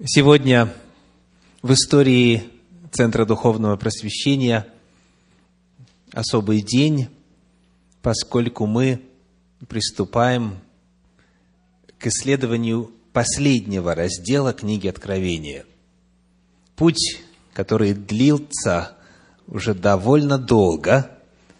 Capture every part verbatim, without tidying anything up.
Сегодня в истории Центра Духовного Просвещения особый день, поскольку мы приступаем к исследованию последнего раздела книги Откровения. Путь, который длился уже довольно долго,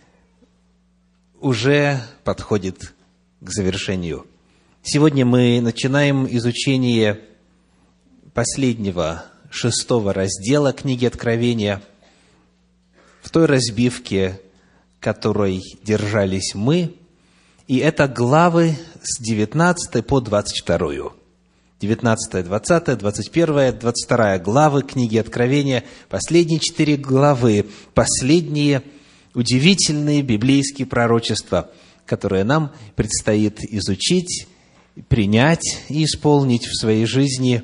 уже подходит к завершению. Сегодня мы начинаем изучение последнего, шестого раздела книги Откровения, в той разбивке, которой держались мы, и это главы с девятнадцатой по двадцать вторую. девятнадцатая, двадцатая, двадцать первая, двадцать вторая главы книги Откровения, последние четыре главы, последние удивительные библейские пророчества, которые нам предстоит изучить, принять и исполнить в своей жизни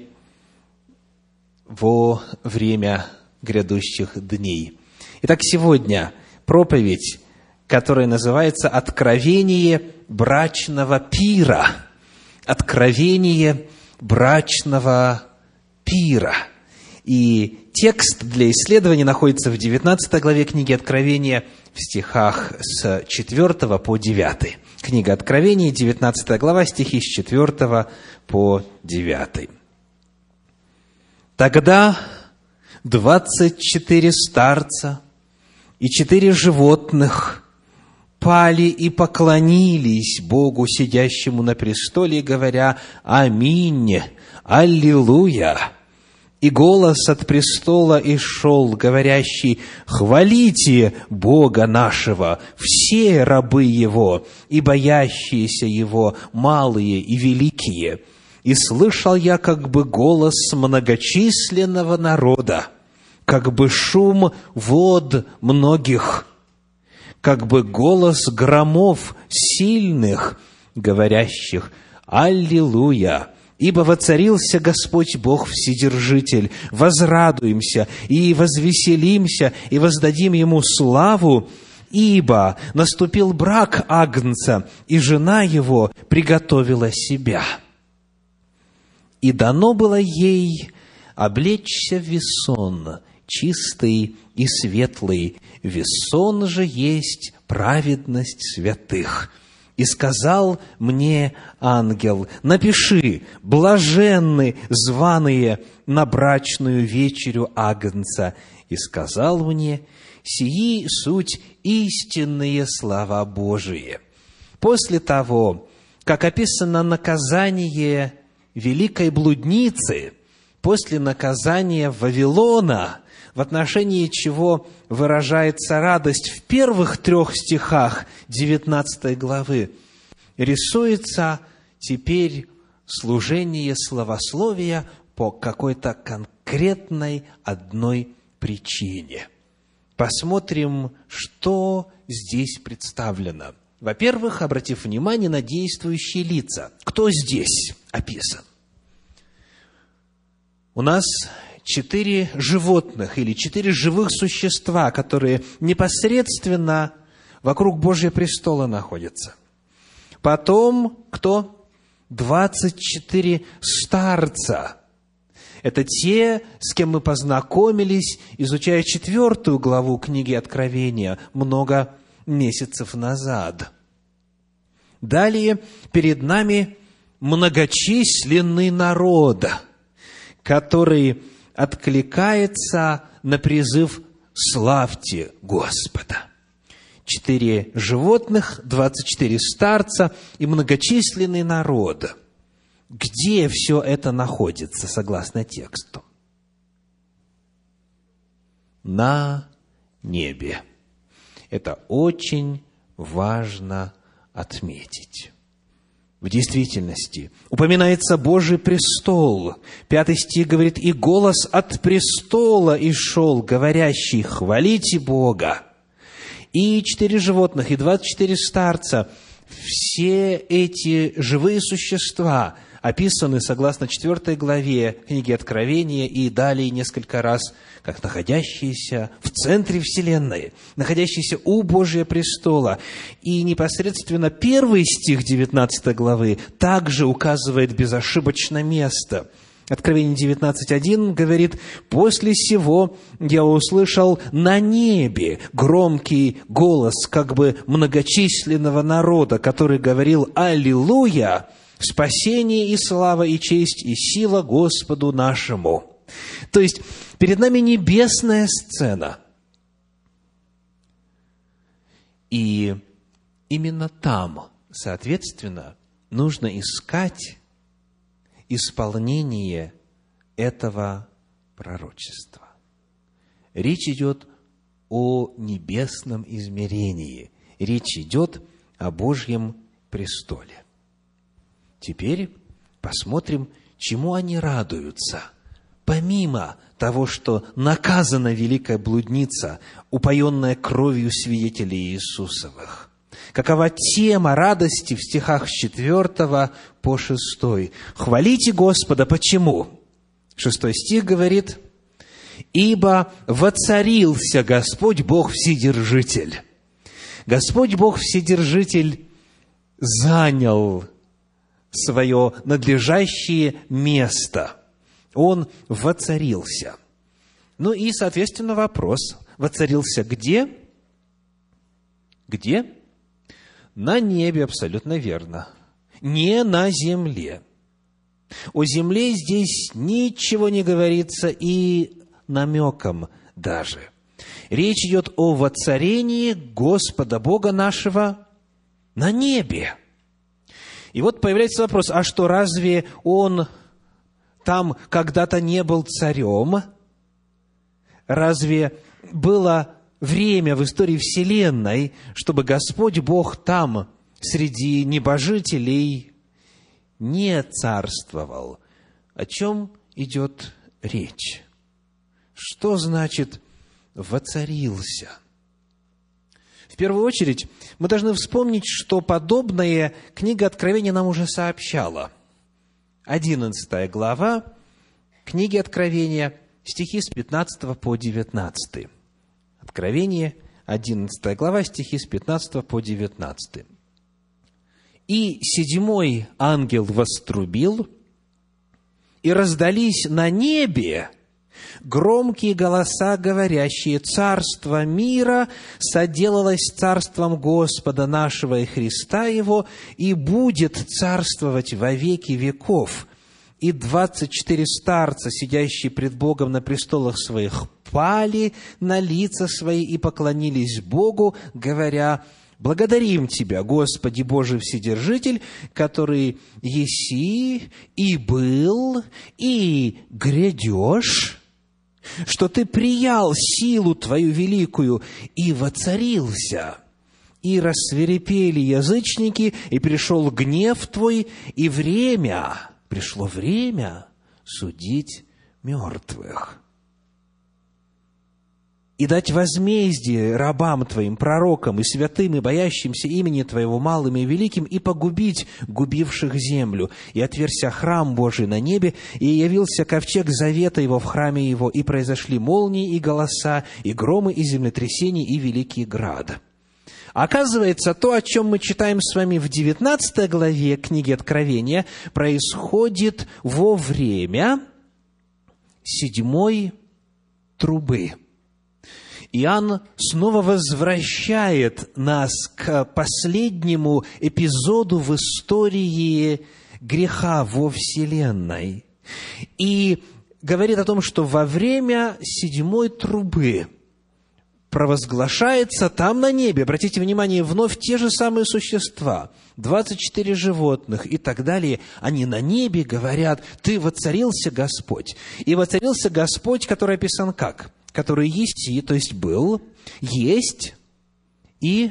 во время грядущих дней. Итак, сегодня проповедь, которая называется «Откровение брачного пира». Откровение брачного пира. И текст для исследования находится в девятнадцатой главе книги Откровения, в стихах с четвёртого по девятый. Книга Откровения, девятнадцатая глава, стихи с четвёртого по девятый. «Тогда двадцать четыре старца и четыре животных пали и поклонились Богу, сидящему на престоле, говоря: Аминь, Аллилуйя! И голос от престола ишел, говорящий: Хвалите Бога нашего, все рабы Его и боящиеся Его, малые и великие. И слышал я как бы голос многочисленного народа, как бы шум вод многих, как бы голос громов сильных, говорящих: Аллилуйя! Ибо воцарился Господь Бог Вседержитель, возрадуемся и возвеселимся, и воздадим Ему славу, ибо наступил брак Агнца, и жена Его приготовила себя. И дано было ей облечься в весон, чистый и светлый. Весон же есть праведность святых. И сказал мне ангел: напиши: блаженны званые на брачную вечерю Агнца. И сказал мне: сии суть истинные слова Божии. После того, как описано наказание великой блудницы, после наказания Вавилона, в отношении чего выражается радость в первых трех стихах девятнадцатой главы, рисуется теперь служение славословия по какой-то конкретной одной причине. Посмотрим, что здесь представлено. Во-первых, обратив внимание на действующие лица. Кто здесь описан? У нас четыре животных или четыре живых существа, которые непосредственно вокруг Божьего престола находятся. Потом кто? двадцать четыре старца. Это те, с кем мы познакомились, изучая четвертую главу книги Откровения много месяцев назад. Далее перед нами многочисленный народ, который откликается на призыв «Славьте Господа». Четыре животных, двадцать четыре старца и многочисленный народ. Где все это находится, согласно тексту? На небе. Это очень важно отметить. В действительности упоминается Божий престол. Пятый стих говорит: «И голос от престола ишел, говорящий: хвалите Бога». И четыре животных, и двадцать четыре старца, все эти живые существа описаны, согласно четвёртой главе книги Откровения, и далее несколько раз, как находящиеся в центре вселенной, находящиеся у Божия престола. И непосредственно первый стих девятнадцатой главы также указывает безошибочно место, Откровение девятнадцать один говорит: «После сего я услышал на небе громкий голос, как бы многочисленного народа, который говорил: Аллилуйя! Спасение и слава, и честь, и сила Господу нашему». То есть, перед нами небесная сцена. И именно там, соответственно, нужно искать исполнение этого пророчества. Речь идет о небесном измерении. Речь идет о Божьем престоле. Теперь посмотрим, чему они радуются. Помимо того, что наказана великая блудница, упоенная кровью свидетелей Иисусовых. Какова тема радости в стихах с четвёртого по шестой? «Хвалите Господа». Почему? Шестой стих говорит: «Ибо воцарился Господь Бог Вседержитель». Господь Бог Вседержитель занял свое надлежащее место. Он воцарился. Ну и, соответственно, вопрос: воцарился где? Где? На небе, абсолютно верно. Не на земле. О земле здесь ничего не говорится и намеком даже. Речь идет о воцарении Господа Бога нашего на небе. И вот появляется вопрос: а что, разве Он там когда-то не был царем? Разве было время в истории Вселенной, чтобы Господь Бог там, среди небожителей, не царствовал? О чем идет речь? Что значит «воцарился»? В первую очередь, мы должны вспомнить, что подобное книга Откровения нам уже сообщала. Одиннадцатая глава книги Откровения, стихи с пятнадцатого по девятнадцатый. Откровение, одиннадцатая глава, стихи с пятнадцатого по девятнадцатый. «И седьмой ангел вострубил, и раздались на небе громкие голоса, говорящие: царство мира соделалось царством Господа нашего и Христа Его, и будет царствовать во веки веков. И двадцать четыре старца, сидящие пред Богом на престолах своих, пали на лица свои и поклонились Богу, говоря: благодарим Тебя, Господи Боже Вседержитель, который еси и был, и грядешь, что Ты приял силу Твою великую и воцарился. И рассвирепели язычники, и пришел гнев Твой, и время, пришло время судить мертвых. И дать возмездие рабам Твоим, пророкам и святым, и боящимся имени Твоего, малым и великим, и погубить губивших землю. И отверся храм Божий на небе, и явился ковчег завета Его в храме Его, и произошли молнии и голоса, и громы, и землетрясения, и великий град». Оказывается, то, о чем мы читаем с вами в девятнадцатой главе книги Откровения, происходит во время седьмой трубы. Иоанн снова возвращает нас к последнему эпизоду в истории греха во Вселенной. И говорит о том, что во время седьмой трубы провозглашается там на небе, обратите внимание, вновь те же самые существа, двадцать четыре животных и так далее, они на небе говорят: «Ты воцарился, Господь». И воцарился Господь, который описан как? Который есть и, то есть был, есть и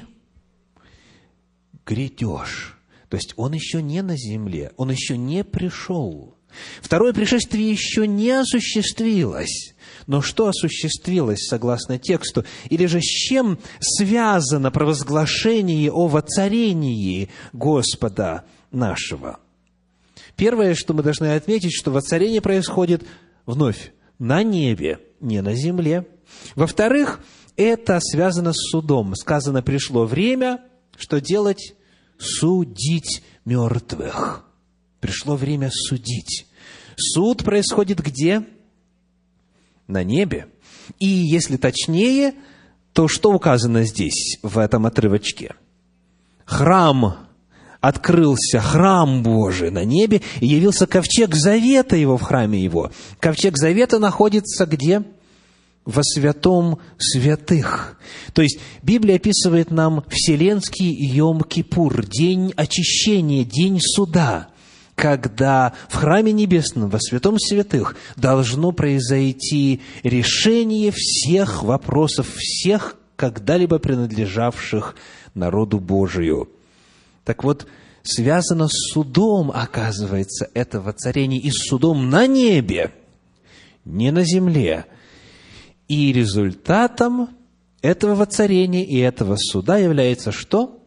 грядешь. То есть Он еще не на земле, Он еще не пришел. Второе пришествие еще не осуществилось. Но что осуществилось, согласно тексту? Или же с чем связано провозглашение о воцарении Господа нашего? Первое, что мы должны отметить, что воцарение происходит вновь на небе, не на земле. Во-вторых, это связано с судом. Сказано: пришло время, что делать? Судить мертвых. Пришло время судить. Суд происходит где? На небе. И если точнее, то что указано здесь, в этом отрывочке? Храм открылся, храм Божий на небе, и явился ковчег завета его в храме его. Ковчег завета находится где? Во святом святых. То есть Библия описывает нам вселенский Йом-Кипур, день очищения, день суда, когда в храме небесном, во святом святых, должно произойти решение всех вопросов, всех когда-либо принадлежавших народу Божию. Так вот, связано с судом, оказывается, это воцарение, и с судом на небе, не на земле. И результатом этого воцарения и этого суда является что?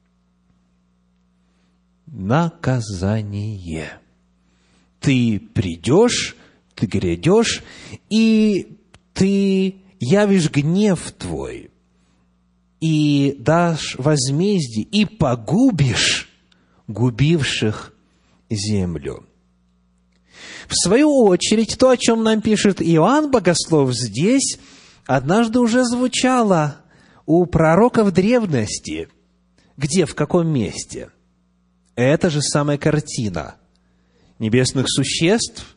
Наказание. Ты придешь, ты грядешь, и ты явишь гнев твой, и дашь возмездие, и погубишь губивших землю. В свою очередь, то, о чем нам пишет Иоанн Богослов здесь, однажды уже звучало у пророков древности. Где, в каком месте? Это же самая картина небесных существ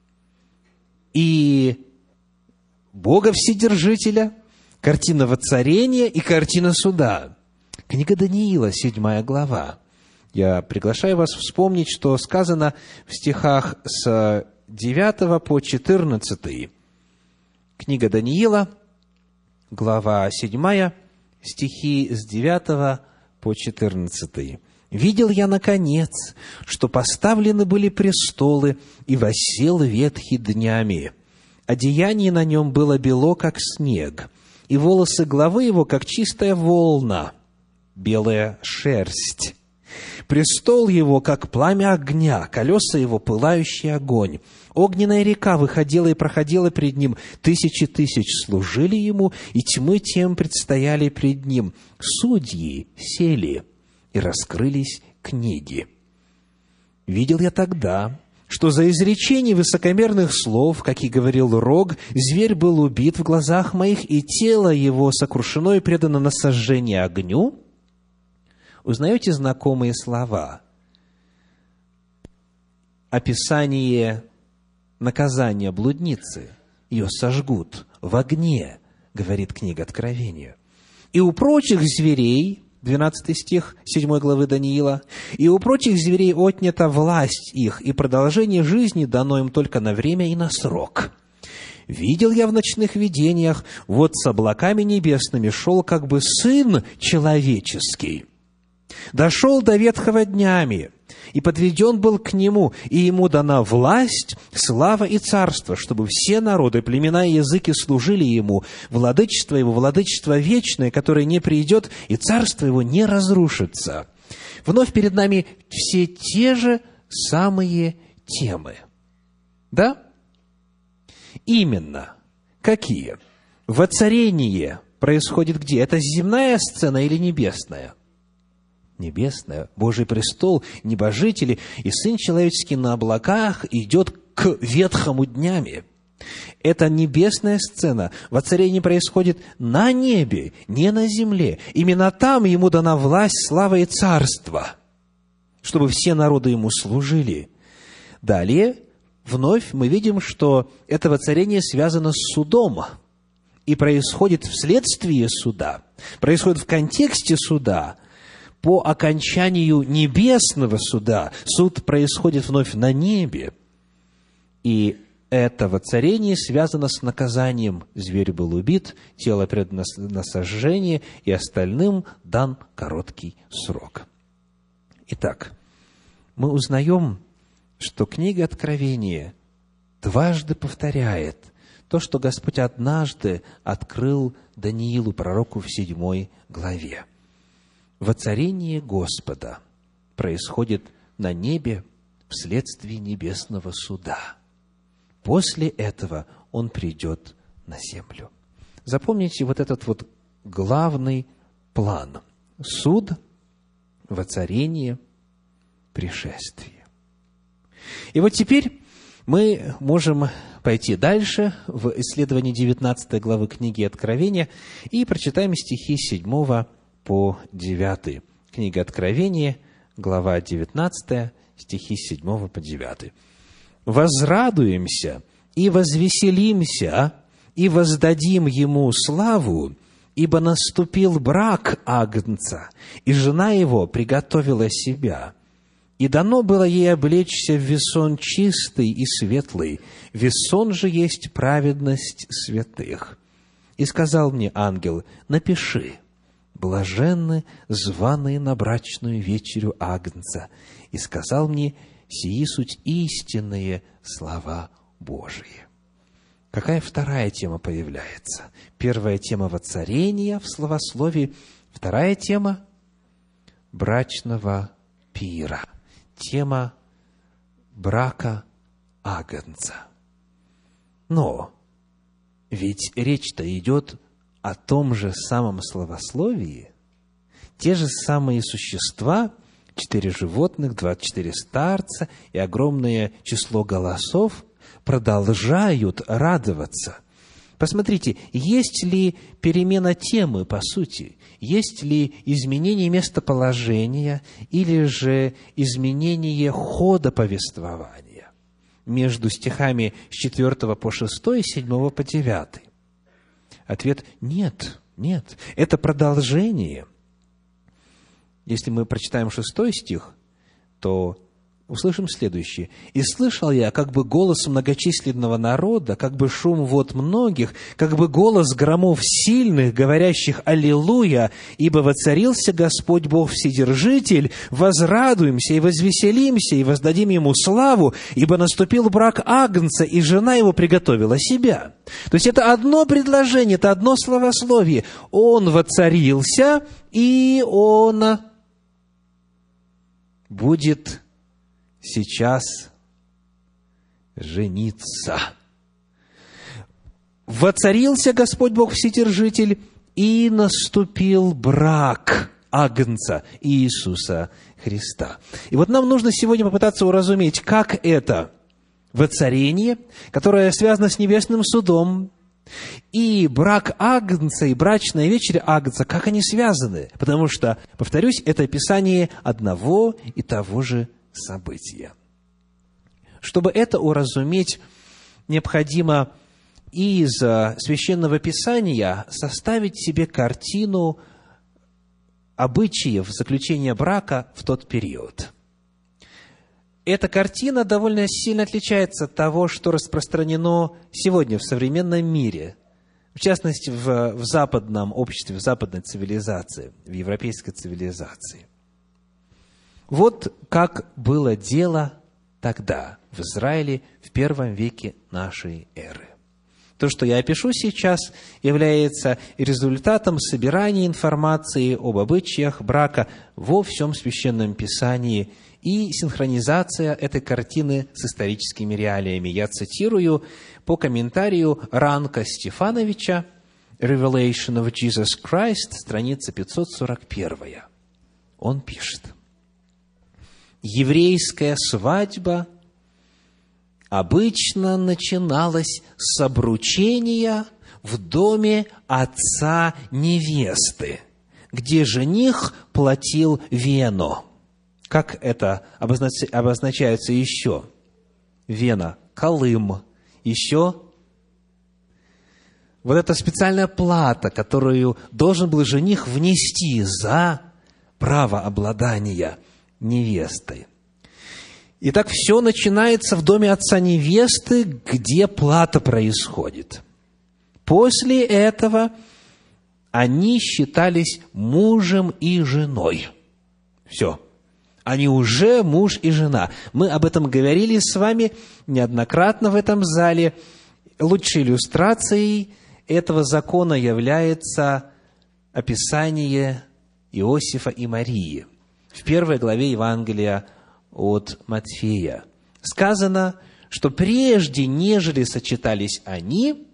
и Бога Вседержителя, картина воцарения и картина суда. Книга Даниила, седьмая глава. Я приглашаю вас вспомнить, что сказано в стихах с девятого по четырнадцатый. Книга Даниила, глава седьмая, стихи с девятого по четырнадцатый. «Видел я, наконец, что поставлены были престолы, и воссел ветхий днями. Одеяние на нем было бело, как снег, и волосы главы его, как чистая волна, белая шерсть. Престол его, как пламя огня, колеса его, пылающий огонь. Огненная река выходила и проходила пред ним, тысячи тысяч служили ему, и тьмы тем предстояли пред ним. Судьи сели, и раскрылись книги. Видел я тогда, что за изречение высокомерных слов, как и говорил Рог, зверь был убит в глазах моих, и тело его сокрушено и предано на сожжение огню». Узнаете знакомые слова? Описание наказания блудницы. Ее сожгут в огне, говорит книга Откровения. «И у прочих зверей», двенадцатый стих седьмой главы Даниила, «и у прочих зверей отнята власть их, и продолжение жизни дано им только на время и на срок. Видел я в ночных видениях, вот с облаками небесными шел как бы Сын Человеческий. Дошел до ветхого днями, и подведен был к нему, и ему дана власть, слава и царство, чтобы все народы, племена и языки служили ему. Владычество его, владычество вечное, которое не придет, и царство его не разрушится». Вновь перед нами все те же самые темы. Да? Именно. Какие? Воцарение происходит где? Это земная сцена или небесная? Небесная. Божий престол, небожители, и Сын Человеческий на облаках идет к ветхому днями. Это небесная сцена. Воцарение происходит на небе, не на земле. Именно там ему дана власть, слава и царство, чтобы все народы ему служили. Далее, вновь мы видим, что это воцарение связано с судом и происходит вследствие суда, происходит в контексте суда. По окончанию небесного суда суд происходит вновь на небе. И это воцарение связано с наказанием. Зверь был убит, тело предано на сожжение, и остальным дан короткий срок. Итак, мы узнаем, что книга Откровения дважды повторяет то, что Господь однажды открыл Даниилу, пророку, в седьмой главе. Воцарение Господа происходит на небе вследствие небесного суда. После этого Он придет на землю. Запомните вот этот вот главный план. Суд, воцарение, пришествие. И вот теперь Мы можем пойти дальше в исследовании девятнадцатой главы книги Откровения и прочитаем стихи с седьмого по девятый. Книга Откровения, глава девятнадцатая, стихи с седьмого по девятый. «Возрадуемся и возвеселимся, и воздадим Ему славу, ибо наступил брак Агнца, и жена его приготовила себя. И дано было ей облечься в весон чистый и светлый, весон же есть праведность святых. И сказал мне ангел: напиши: блаженны званые на брачную вечерю Агнца. И сказал мне: сии суть истинные слова Божии». Какая вторая тема появляется? Первая тема воцарения в словословии, вторая тема брачного пира, тема брака Агнца. Но ведь речь-то идет о том же самом словословии. Те же самые существа, четыре животных, двадцать четыре старца и огромное число голосов продолжают радоваться. Посмотрите, есть ли перемена темы, по сути? Есть ли изменение местоположения или же изменение хода повествования между стихами с четвёртого по шестой и с седьмого по девятый? Ответ – нет, нет. Это продолжение. Если мы прочитаем шестой стих, то услышим следующее. «И слышал я как бы голос многочисленного народа, как бы шум вод многих, как бы голос громов сильных, говорящих «Аллилуйя! Ибо воцарился Господь Бог Вседержитель, возрадуемся и возвеселимся, и воздадим Ему славу, ибо наступил брак Агнца, и жена Его приготовила себя». То есть это одно предложение, это одно словословие. Он воцарился, и Он будет сейчас жениться. Воцарился Господь Бог Вседержитель, и наступил брак Агнца Иисуса Христа. И вот нам нужно сегодня попытаться уразуметь, как это воцарение, которое связано с небесным судом, и брак Агнца, и брачная вечеря Агнца, как они связаны? Потому что, повторюсь, это описание одного и того же события. Чтобы это уразуметь, необходимо из Священного Писания составить себе картину обычаев заключения брака в тот период. Эта картина довольно сильно отличается от того, что распространено сегодня в современном мире, в частности, в, в западном обществе, в западной цивилизации, в европейской цивилизации. Вот как было дело тогда, в Израиле, в первом веке нашей эры. То, что я опишу сейчас, является результатом собирания информации об обычаях брака во всем Священном Писании и синхронизация этой картины с историческими реалиями. Я цитирую по комментарию Ранка Стефановича «Revelation of Jesus Christ», страница пятьсот сорок один. Он пишет: еврейская свадьба обычно начиналась с обручения в доме отца невесты, где жених платил вено. Как это обознач... обозначается еще? Вена, колым. Еще вот эта специальная плата, которую должен был жених внести за право обладания невестой. Итак, все начинается в доме отца невесты, где плата происходит. После этого они считались мужем и женой. Все. Они уже муж и жена. Мы об этом говорили с вами неоднократно в этом зале. Лучшей иллюстрацией этого закона является описание Иосифа и Марии в первой главе Евангелия от Матфея. Сказано, что прежде, нежели сочетались они,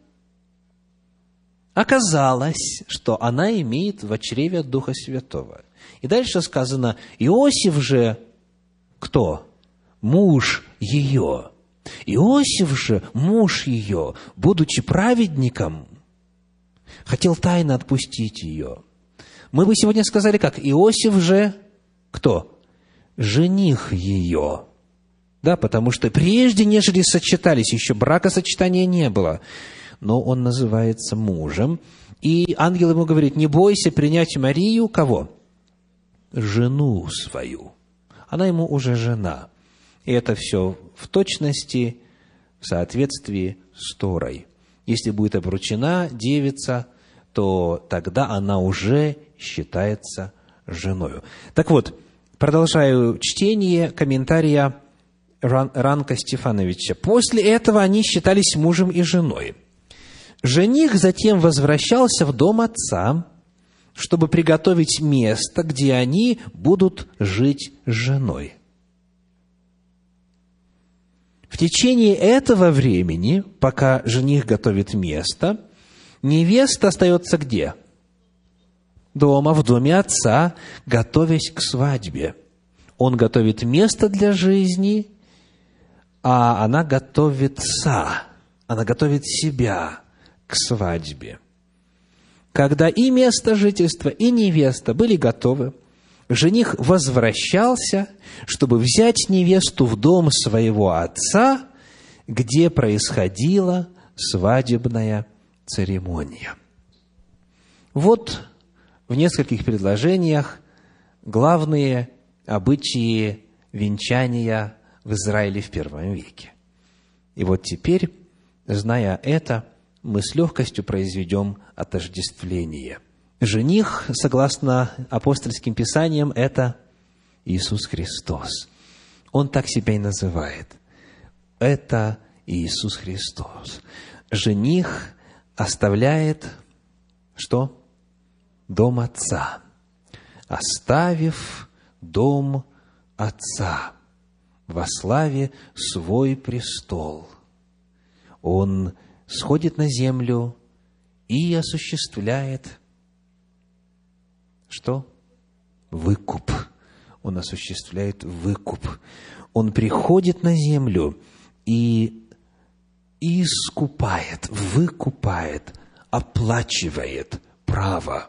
оказалось, что она имеет в чреве от Духа Святого. И дальше сказано: Иосиф же кто? Муж ее. Иосиф же, муж ее, будучи праведником, хотел тайно отпустить ее. Мы бы сегодня сказали как? Иосиф же кто? Жених ее. Да, потому что прежде, нежели сочетались, еще бракосочетания не было, но он называется мужем. И ангел ему говорит: не бойся принять Марию, кого? Жену свою. Она ему уже жена. И это все в точности, в соответствии с Торой. Если будет обручена девица, то тогда она уже считается женою. Так вот, продолжаю чтение комментария Ранка Стефановича. После этого они считались мужем и женой. Жених затем возвращался в дом отца, чтобы приготовить место, где они будут жить с женой. В течение этого времени, пока жених готовит место, невеста остается где? Дома, в доме отца, готовясь к свадьбе. Он готовит место для жизни, а она готовится, она готовит себя к свадьбе. Когда и место жительства, и невеста были готовы, жених возвращался, чтобы взять невесту в дом своего отца, где происходила свадебная церемония. Вот в нескольких предложениях главные обычаи венчания в Израиле в первом веке. И вот теперь, зная это, мы с легкостью произведем отождествление. Жених, согласно апостольским писаниям, это Иисус Христос. Он так себя и называет. Это Иисус Христос. Жених оставляет что? Дом Отца. Оставив дом Отца во славе свой престол, он сходит на землю и осуществляет что? Выкуп. Он осуществляет выкуп. Он приходит на землю и искупает, выкупает, оплачивает право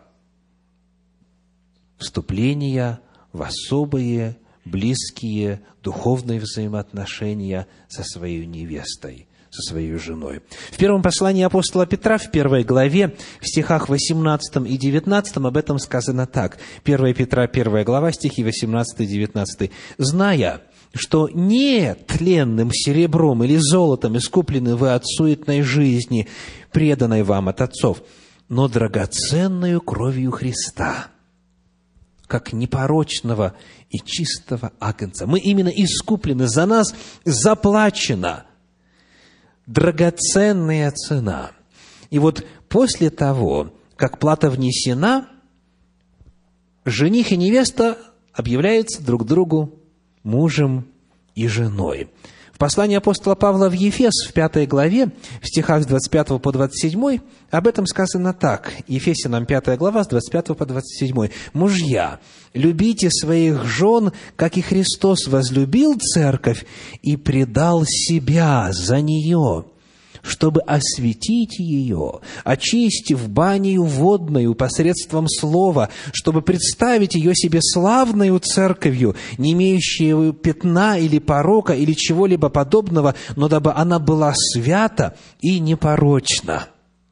вступления в особые, близкие, духовные взаимоотношения со своей невестой, со своей женой. В первом послании апостола Петра, в первой главе, в стихах восемнадцатом и девятнадцатом об этом сказано так. первое Петра, первая глава, стихи восемнадцатый и девятнадцатый. «Зная, что не тленным серебром или золотом искуплены вы от суетной жизни, преданной вам от отцов, но драгоценную кровью Христа, как непорочного и чистого агнца». Мы именно искуплены, за нас заплачена драгоценная цена. И вот после того, как плата внесена, жених и невеста объявляются друг другу мужем и женой. В послании апостола Павла в Ефес, в пятой главе, в стихах с двадцать пятого по двадцать седьмой, об этом сказано так. Ефесянам пятая глава, с двадцать пятого по двадцать седьмой. «Мужья, любите своих жен, как и Христос возлюбил церковь и предал себя за нее, чтобы осветить ее, очистив банию водною посредством слова, чтобы представить ее себе славною церковью, не имеющей пятна или порока или чего-либо подобного, но дабы она была свята и непорочна».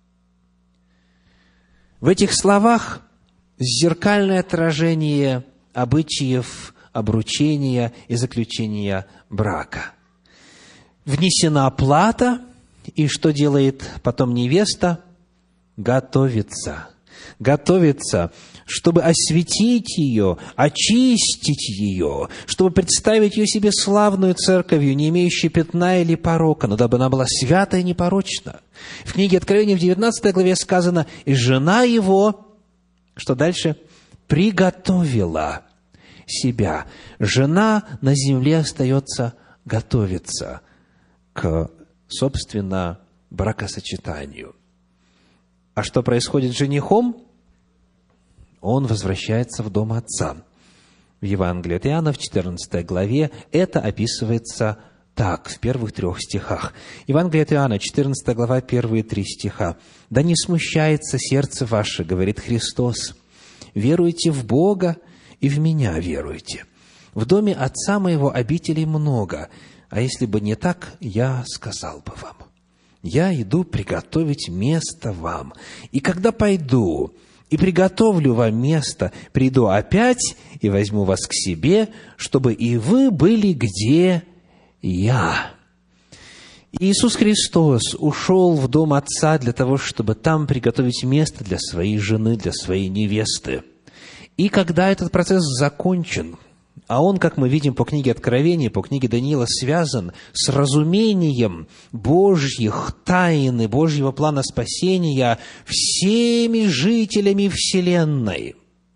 В этих словах зеркальное отражение обычаев обручения и заключения брака. Внесена плата, и что делает потом невеста? Готовится. Готовится, чтобы осветить ее, очистить ее, чтобы представить ее себе славную церковью, не имеющей пятна или порока, но дабы она была свята и непорочна. В книге Откровения в девятнадцатой главе сказано: «И жена его», что дальше? «Приготовила себя». Жена на земле остается готовиться к, собственно, бракосочетанию. А что происходит с женихом? Он возвращается в дом отца. В Евангелии от Иоанна, в четырнадцатой главе, это описывается так в первых трех стихах. Евангелие от Иоанна, четырнадцатая глава, первые три стиха. «Да не смущается сердце ваше, говорит Христос. Веруйте в Бога и в Меня веруйте. В доме Отца Моего обителей много, а если бы не так, я сказал бы вам. Я иду приготовить место вам. И когда пойду и приготовлю вам место, приду опять и возьму вас к себе, чтобы и вы были где я». Иисус Христос ушел в дом Отца для того, чтобы там приготовить место для своей жены, для своей невесты. И когда этот процесс закончен, а он, как мы видим по книге Откровения, по книге Даниила, связан с разумением Божьих тайн и Божьего плана спасения всеми жителями вселенной.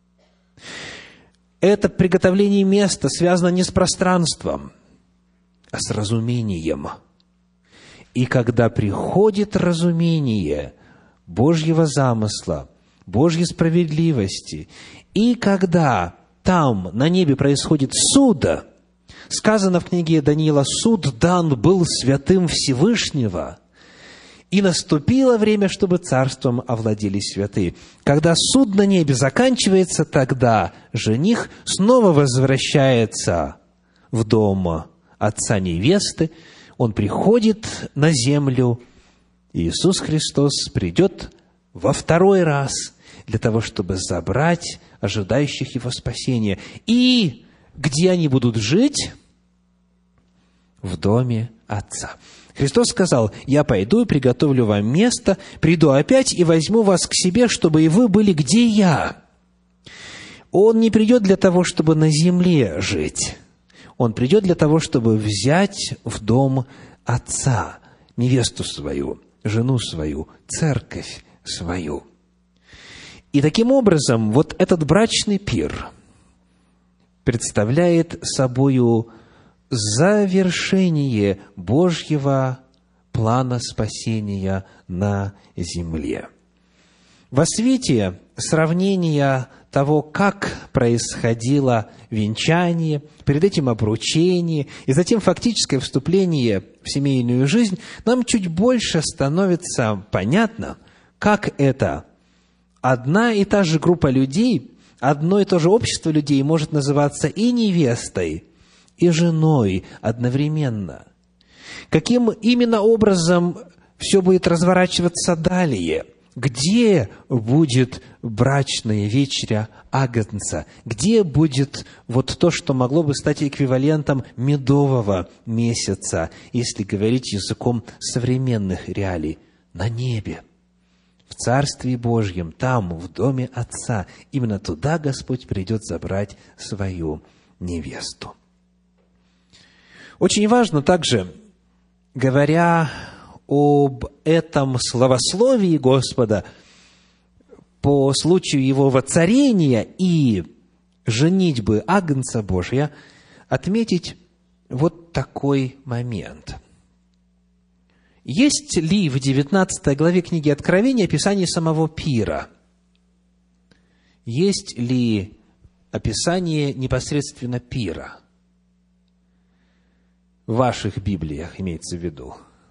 Это приготовление места связано не с пространством, а с разумением. И когда приходит разумение Божьего замысла, Божьей справедливости, и когда там, на небе, происходит суд, сказано в книге Даниила, суд дан был святым Всевышнего, и наступило время, чтобы царством овладели святые. Когда суд на небе заканчивается, тогда жених снова возвращается в дом отца невесты, он приходит на землю, и Иисус Христос придет во второй раз для того, чтобы забрать ожидающих Его спасения. И где они будут жить? В доме Отца. Христос сказал: «Я пойду и приготовлю вам место, приду опять и возьму вас к себе, чтобы и вы были где Я». Он не придет для того, чтобы на земле жить. Он придет для того, чтобы взять в дом Отца невесту свою, жену свою, церковь свою. И таким образом, вот этот брачный пир представляет собою завершение Божьего плана спасения на земле. Во свете сравнения того, как происходило венчание, перед этим обручение, и затем фактическое вступление в семейную жизнь, нам чуть больше становится понятно, как это одна и та же группа людей, одно и то же общество людей может называться и невестой, и женой одновременно. Каким именно образом все будет разворачиваться далее? Где будет брачная вечеря Агнца? Где будет вот то, что могло бы стать эквивалентом медового месяца, если говорить языком современных реалий? На небе, в Царстве Божьем, там, в доме Отца. Именно туда Господь придет забрать свою невесту. Очень важно также, говоря об этом словословии Господа по случаю Его воцарения и женитьбы Агнца Божия, отметить вот такой момент. Есть ли в девятнадцатой главе книги Откровения описание самого пира? Есть ли описание непосредственно пира? В ваших Библиях имеется в виду?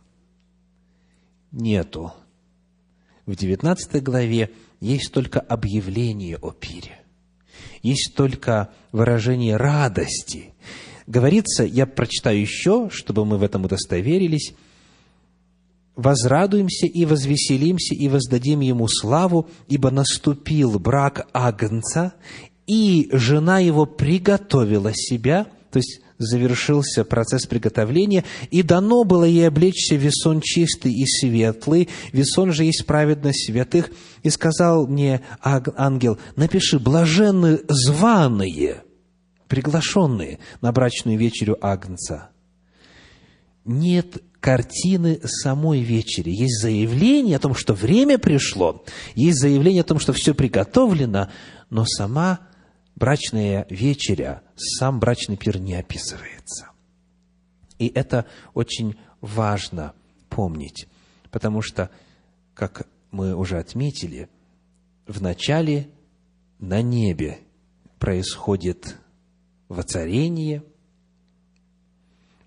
Нету. В девятнадцатой главе есть только объявление о пире. Есть только выражение радости. Говорится, я прочитаю еще, чтобы мы в этом удостоверились: «Возрадуемся и возвеселимся, и воздадим Ему славу, ибо наступил брак Агнца, и жена Его приготовила себя», то есть завершился процесс приготовления, «и дано было ей облечься в весон чистый и светлый, весон же есть праведность святых. И сказал мне ангел: напиши: блаженны званые, приглашенные на брачную вечерю Агнца». Нет картины самой вечери. Есть заявление о том, что время пришло, есть заявление о том, что все приготовлено, но сама брачная вечеря, сам брачный пир не описывается. И это очень важно помнить, потому что, как мы уже отметили, вначале на небе происходит воцарение,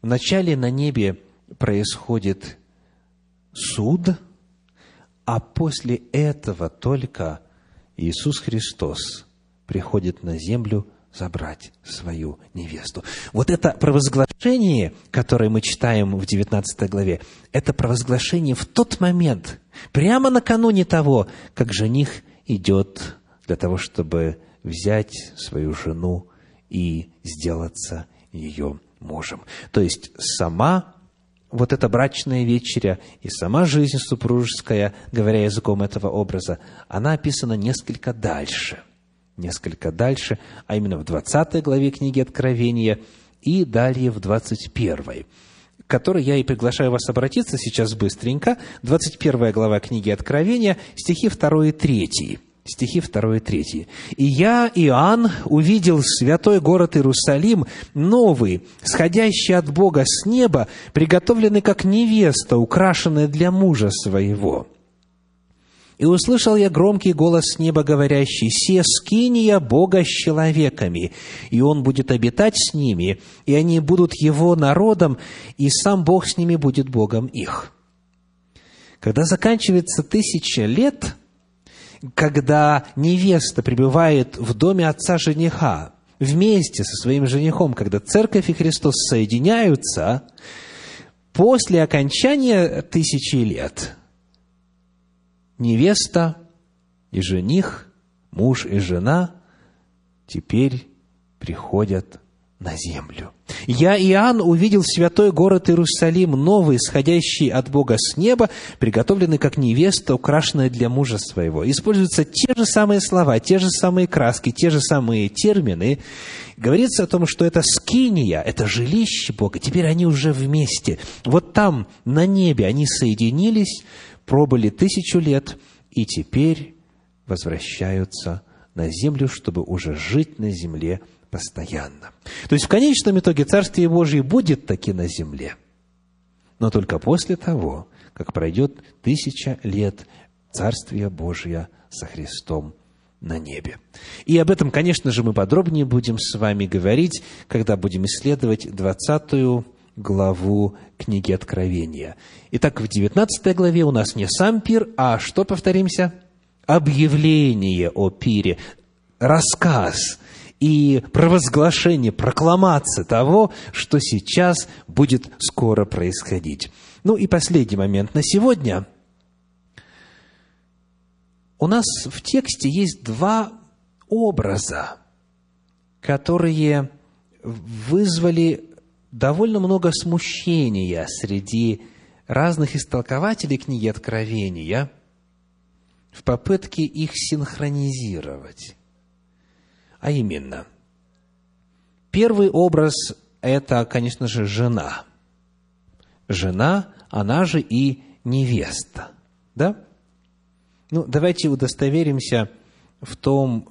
Вначале на небе происходит суд, а после этого только Иисус Христос приходит на землю забрать свою невесту. Вот это провозглашение, которое мы читаем в девятнадцатой главе, это провозглашение в тот момент, прямо накануне того, как жених идет для того, чтобы взять свою жену и сделаться ее мужем. То есть сама вот эта брачная вечеря и сама жизнь супружеская, говоря языком этого образа, она описана несколько дальше. Несколько дальше, а именно в двадцатой главе книги Откровения и далее в двадцать первой, к которой я и приглашаю вас обратиться сейчас быстренько. двадцать первая глава книги Откровения, стихи два и три. Стихи два и три. «И я, Иоанн, увидел святой город Иерусалим, новый, сходящий от Бога с неба, приготовленный как невеста, украшенная для мужа своего. И услышал я громкий голос с неба, говорящий: «Се скиния Бога с человеками, и Он будет обитать с ними, и они будут Его народом, и сам Бог с ними будет Богом их». Когда заканчивается тысяча лет, когда невеста пребывает в доме отца жениха, вместе со своим женихом, когда церковь и Христос соединяются, после окончания тысячи лет невеста и жених, муж и жена теперь приходят на землю. «Я, Иоанн, увидел святой город Иерусалим, новый, сходящий от Бога с неба, приготовленный как невеста, украшенная для мужа своего». Используются те же самые слова, те же самые краски, те же самые термины. Говорится о том, что это скиния, это жилище Бога. Теперь они уже вместе. Вот там, на небе, они соединились, пробыли тысячу лет, и теперь возвращаются на землю, чтобы уже жить на земле постоянно. То есть, в конечном итоге, Царствие Божие будет таки на земле, но только после того, как пройдет тысяча лет Царствия Божия со Христом на небе. И об этом, конечно же, мы подробнее будем с вами говорить, когда будем исследовать двадцатую главу книги Откровения. Итак, в девятнадцатой главе у нас не сам пир, а что, повторимся? Объявление о пире, рассказ и провозглашение, прокламация того, что сейчас будет скоро происходить. Ну и последний момент на сегодня. У нас в тексте есть два образа, которые вызвали довольно много смущения среди разных истолкователей книги Откровения в попытке их синхронизировать. А именно, первый образ – это, конечно же, жена. Жена, она же и невеста. Да? Ну, давайте удостоверимся в том,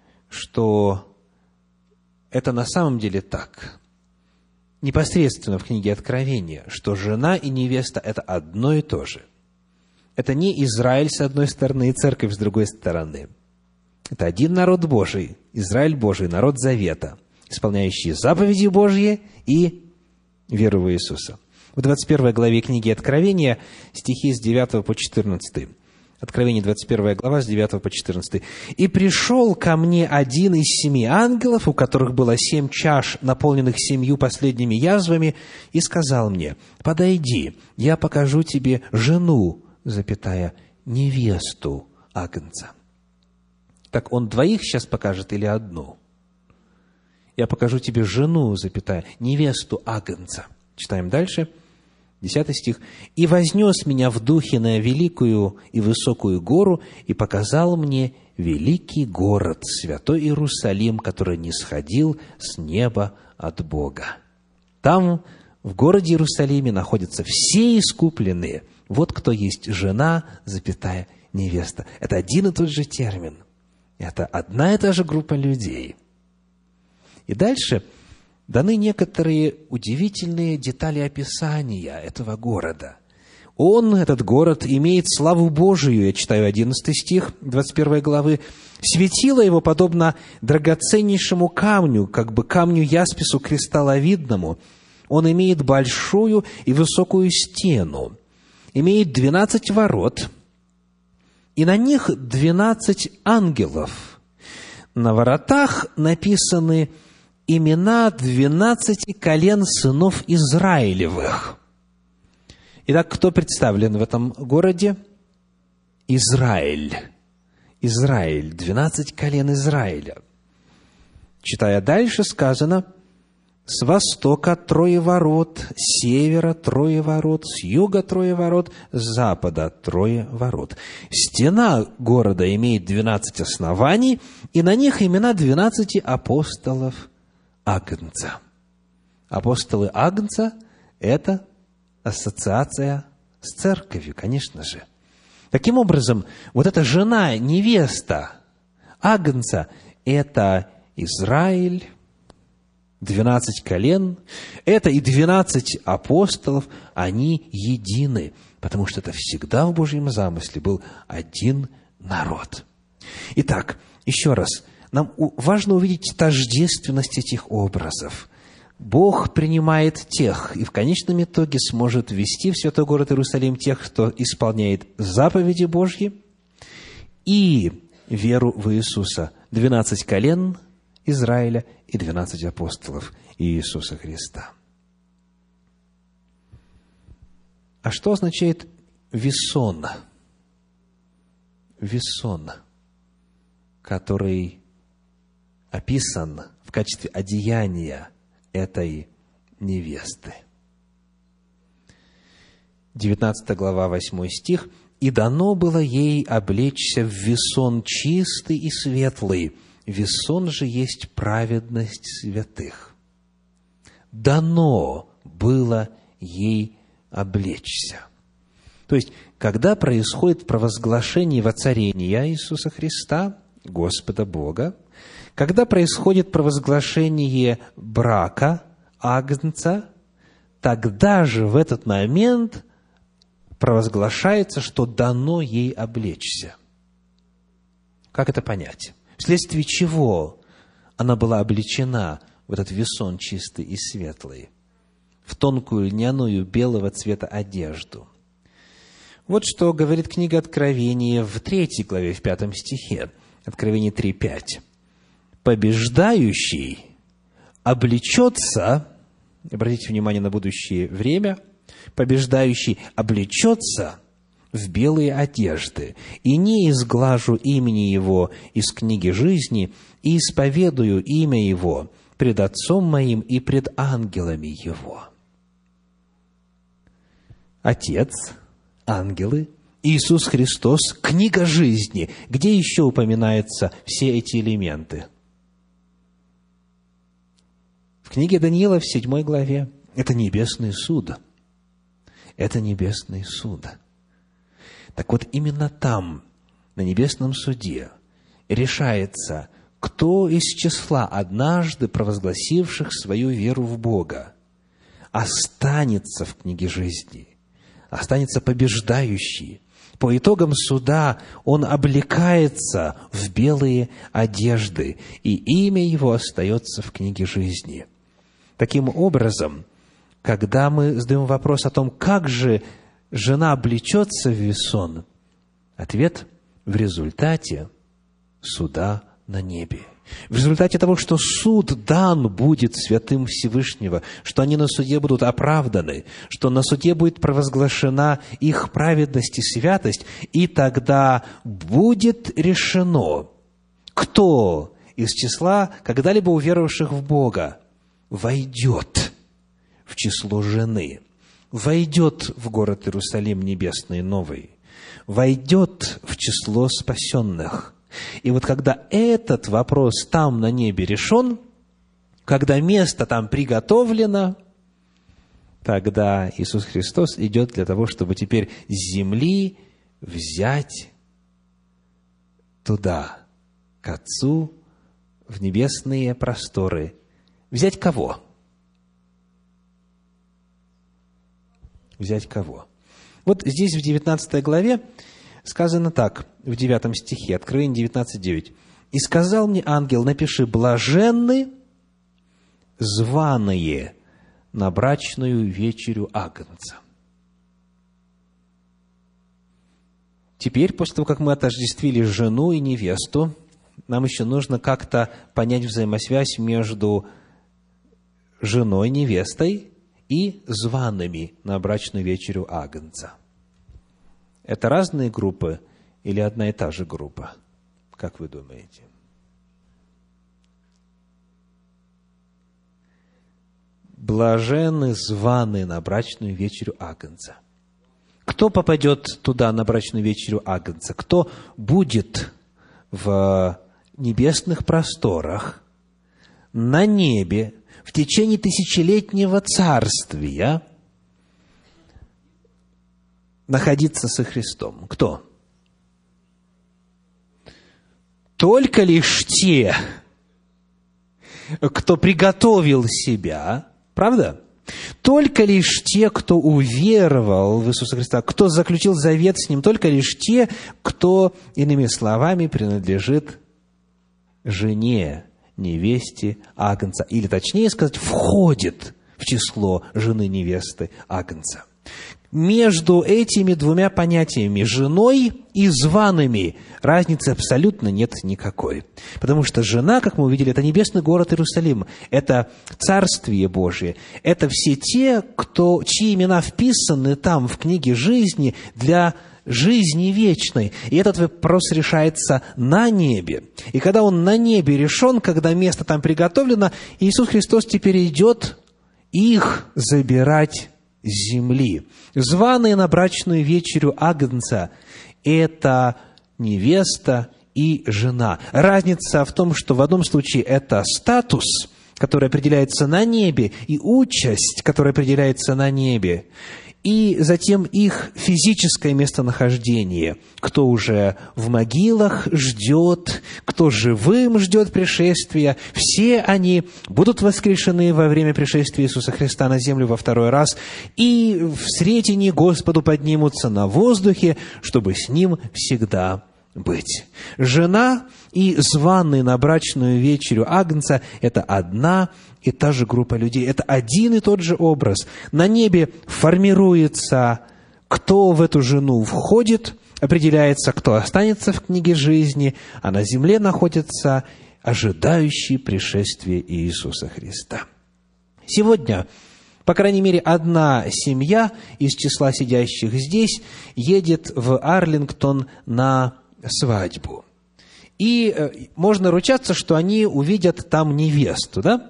что это на самом деле так. Непосредственно в книге Откровения, что жена и невеста – это одно и то же. Это не Израиль с одной стороны и церковь с другой стороны. Это один народ Божий, Израиль Божий, народ Завета, исполняющий заповеди Божьи и веру в Иисуса. В двадцать первой главе книги Откровения стихи с девятого по четырнадцатый. Откровение, двадцать первая глава, с девятого по четырнадцатый. «И пришел ко мне один из семи ангелов, у которых было семь чаш, наполненных семью последними язвами, и сказал мне: подойди, я покажу тебе жену, запятая, невесту Агнца». Так он двоих сейчас покажет или одну? Я покажу тебе жену, запятая, невесту Агнца. Читаем дальше. Десятый стих. «И вознес меня в духе на великую и высокую гору, и показал мне великий город, святой Иерусалим, который нисходил с неба от Бога». Там, в городе Иерусалиме, находятся все искупленные. Вот кто есть жена, запятая, невеста. Это один и тот же термин. Это одна и та же группа людей. И дальше даны некоторые удивительные детали описания этого города. Он, этот город, имеет славу Божию, я читаю одиннадцатый стих двадцать первой главы. «Светило его подобно драгоценнейшему камню, как бы камню яспису кристалловидному, Он имеет большую и высокую стену, имеет двенадцать ворот, и на них двенадцать ангелов. На воротах написаны имена двенадцати колен сынов Израилевых. Итак, кто представлен в этом городе? Израиль. Израиль, двенадцать колен Израиля. Читая дальше, сказано: с востока трое ворот, с севера трое ворот, с юга трое ворот, с запада трое ворот. Стена города имеет двенадцать оснований, и на них имена двенадцати апостолов Агнца. Апостолы Агнца – это ассоциация с церковью, конечно же. Таким образом, вот эта жена, невеста Агнца – это Израиль, двенадцать колен, это и двенадцать апостолов, они едины, потому что это всегда в Божьем замысле был один народ. Итак, еще раз, нам важно увидеть тождественность этих образов. Бог принимает тех, и в конечном итоге сможет ввести в святой город Иерусалим тех, кто исполняет заповеди Божьи, и веру в Иисуса. Двенадцать колен Израиля и двенадцать апостолов Иисуса Христа. А что означает весон? Весон, который описан в качестве одеяния этой невесты. девятнадцатая глава, восьмой стих. «И дано было ей облечься в весон чистый и светлый. Весон же есть праведность святых». Дано было ей облечься. То есть, когда происходит провозглашение воцарения Иисуса Христа, Господа Бога, когда происходит провозглашение брака Агнца, тогда же в этот момент провозглашается, что дано ей облечься. Как это понять? Вследствие чего она была облечена в этот весон чистый и светлый, в тонкую льняную белого цвета одежду? Вот что говорит книга Откровения в третьей главе, в пятом стихе. Откровение три пять. «Побеждающий облечется», обратите внимание на будущее время, «побеждающий облечется в белые одежды, и не изглажу имени его из книги жизни, и исповедую имя его пред Отцом моим и пред ангелами его». Отец, ангелы, Иисус Христос, книга жизни. Где еще упоминаются все эти элементы? В книге Даниила в седьмой главе. Это небесный суд. Это небесный суд. Так вот, именно там, на небесном суде, решается, кто из числа однажды провозгласивших свою веру в Бога останется в книге жизни, останется побеждающий. По итогам суда он облекается в белые одежды, и имя его остается в книге жизни. Таким образом, когда мы задаем вопрос о том, как же жена облечется в весон, ответ – в результате суда на небе. В результате того, что суд дан будет святым Всевышнего, что они на суде будут оправданы, что на суде будет провозглашена их праведность и святость, и тогда будет решено, кто из числа когда-либо уверовавших в Бога войдет в число жены, войдет в город Иерусалим небесный новый, войдет в число спасенных. И вот когда этот вопрос там на небе решен, когда место там приготовлено, тогда Иисус Христос идет для того, чтобы теперь с земли взять туда, к Отцу, в небесные просторы. Взять кого? Взять кого? Вот здесь в девятнадцатой главе сказано так, в девятом стихе, Откровение девятнадцать девять. «И сказал мне ангел, напиши, блаженны званые на брачную вечерю Агнца. Теперь, после того, как мы отождествили жену и невесту, нам еще нужно как-то понять взаимосвязь между женой, невестой и зваными на брачную вечерю Агнца. Это разные группы или одна и та же группа? Как вы думаете? Блаженны званые на брачную вечерю Агнца. Кто попадет туда, на брачную вечерю Агнца? Кто будет в небесных просторах, на небе, в течение тысячелетнего царствия находиться со Христом? Кто? Только лишь те, кто приготовил себя, правда? Только лишь те, кто уверовал в Иисуса Христа, кто заключил завет с Ним, только лишь те, кто, иными словами, принадлежит жене, невесте Агнца, или, точнее сказать, входит в число жены невесты Агнца. Между этими двумя понятиями, женой и зваными, разницы абсолютно нет никакой. Потому что жена, как мы увидели, это небесный город Иерусалим, это Царствие Божие, это все те, кто, чьи имена вписаны там, в книге жизни, для жизни вечной. И этот вопрос решается на небе. И когда он на небе решен, когда место там приготовлено, Иисус Христос теперь идет их забирать с земли. Званые на брачную вечерю Агнца – это невеста и жена. Разница в том, что в одном случае это статус, который определяется на небе, и участь, которая определяется на небе, и затем их физическое местонахождение. Кто уже в могилах ждет, кто живым ждет пришествия, все они будут воскрешены во время пришествия Иисуса Христа на землю во второй раз, и в сретении Господу поднимутся на воздухе, чтобы с Ним всегда быть. Жена и званые на брачную вечерю Агнца – это одна и та же группа людей. Это один и тот же образ. На небе формируется, кто в эту жену входит, определяется, кто останется в книге жизни, а на земле находятся ожидающие пришествия Иисуса Христа. Сегодня, по крайней мере, одна семья из числа сидящих здесь едет в Арлингтон на свадьбу. И э, можно ручаться, что они увидят там невесту, да?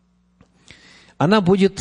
Она будет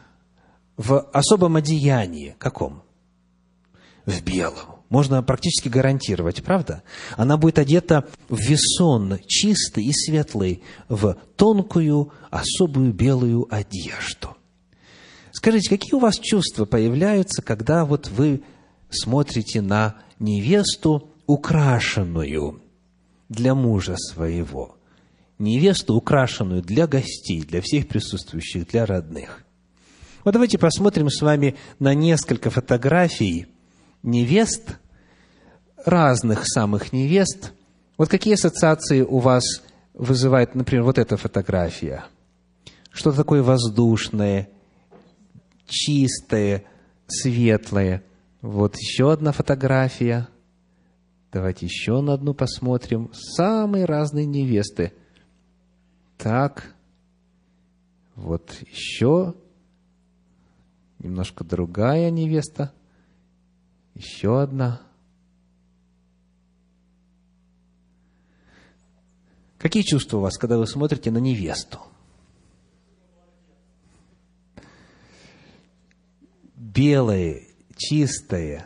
в особом одеянии. Каком? В белом. Можно практически гарантировать, правда? Она будет одета в весон, чистый и светлый, в тонкую, особую белую одежду. Скажите, какие у вас чувства появляются, когда вот вы смотрите на невесту, украшенную для мужа своего, невесту, украшенную для гостей, для всех присутствующих, для родных? Вот давайте посмотрим с вами на несколько фотографий невест, разных самых невест. Вот какие ассоциации у вас вызывает, например, вот эта фотография? Что такое воздушное, чистое, светлое? Вот еще одна фотография. Давайте еще на одну посмотрим. Самые разные невесты. Так. Вот еще. Немножко другая невеста. Еще одна. Какие чувства у вас, когда вы смотрите на невесту? Белое, чистое,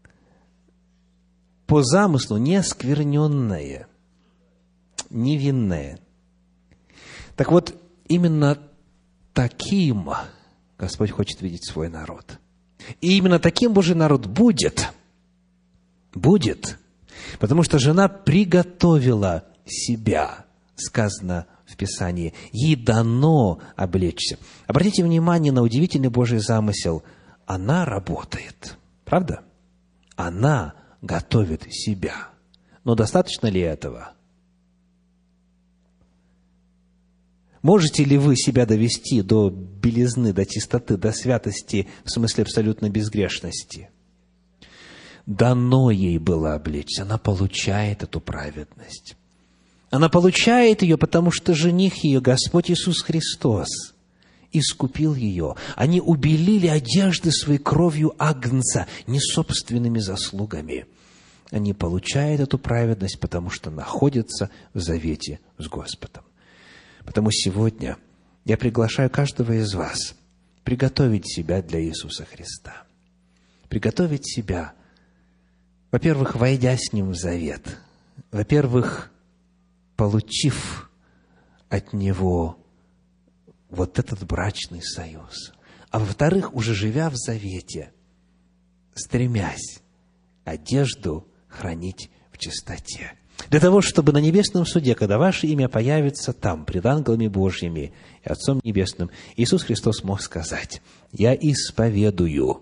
по замыслу не оскверненное, невинное. Так вот, именно таким Господь хочет видеть свой народ. И именно таким Божий народ будет. Будет. Потому что жена приготовила себя, сказано в Писании. Ей дано облечься. Обратите внимание на удивительный Божий замысел. Она работает. Правда? Она готовит себя. Но достаточно ли этого? Можете ли вы себя довести до белизны, до чистоты, до святости, в смысле абсолютной безгрешности? Дано ей было облечься. Она получает эту праведность. Она получает ее, потому что жених ее, Господь Иисус Христос, искупил ее. Они убелили одежды своей кровью агнца, не собственными заслугами. Они получают эту праведность, потому что находятся в завете с Господом. Потому сегодня я приглашаю каждого из вас приготовить себя для Иисуса Христа. Приготовить себя, во-первых, войдя с Ним в завет. Во-первых, получив от Него вот этот брачный союз. А во-вторых, уже живя в завете, стремясь одежду хранить в чистоте. Для того, чтобы на небесном суде, когда ваше имя появится там, пред ангелами Божьими и Отцом Небесным, Иисус Христос мог сказать: «Я исповедую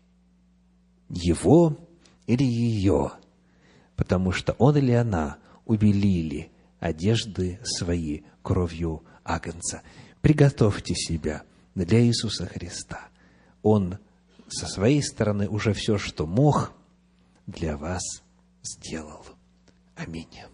его или ее, потому что он или она убелили одежды свои кровью агнца». Приготовьте себя для Иисуса Христа. Он со своей стороны уже все, что мог, для вас сделал. Аминь.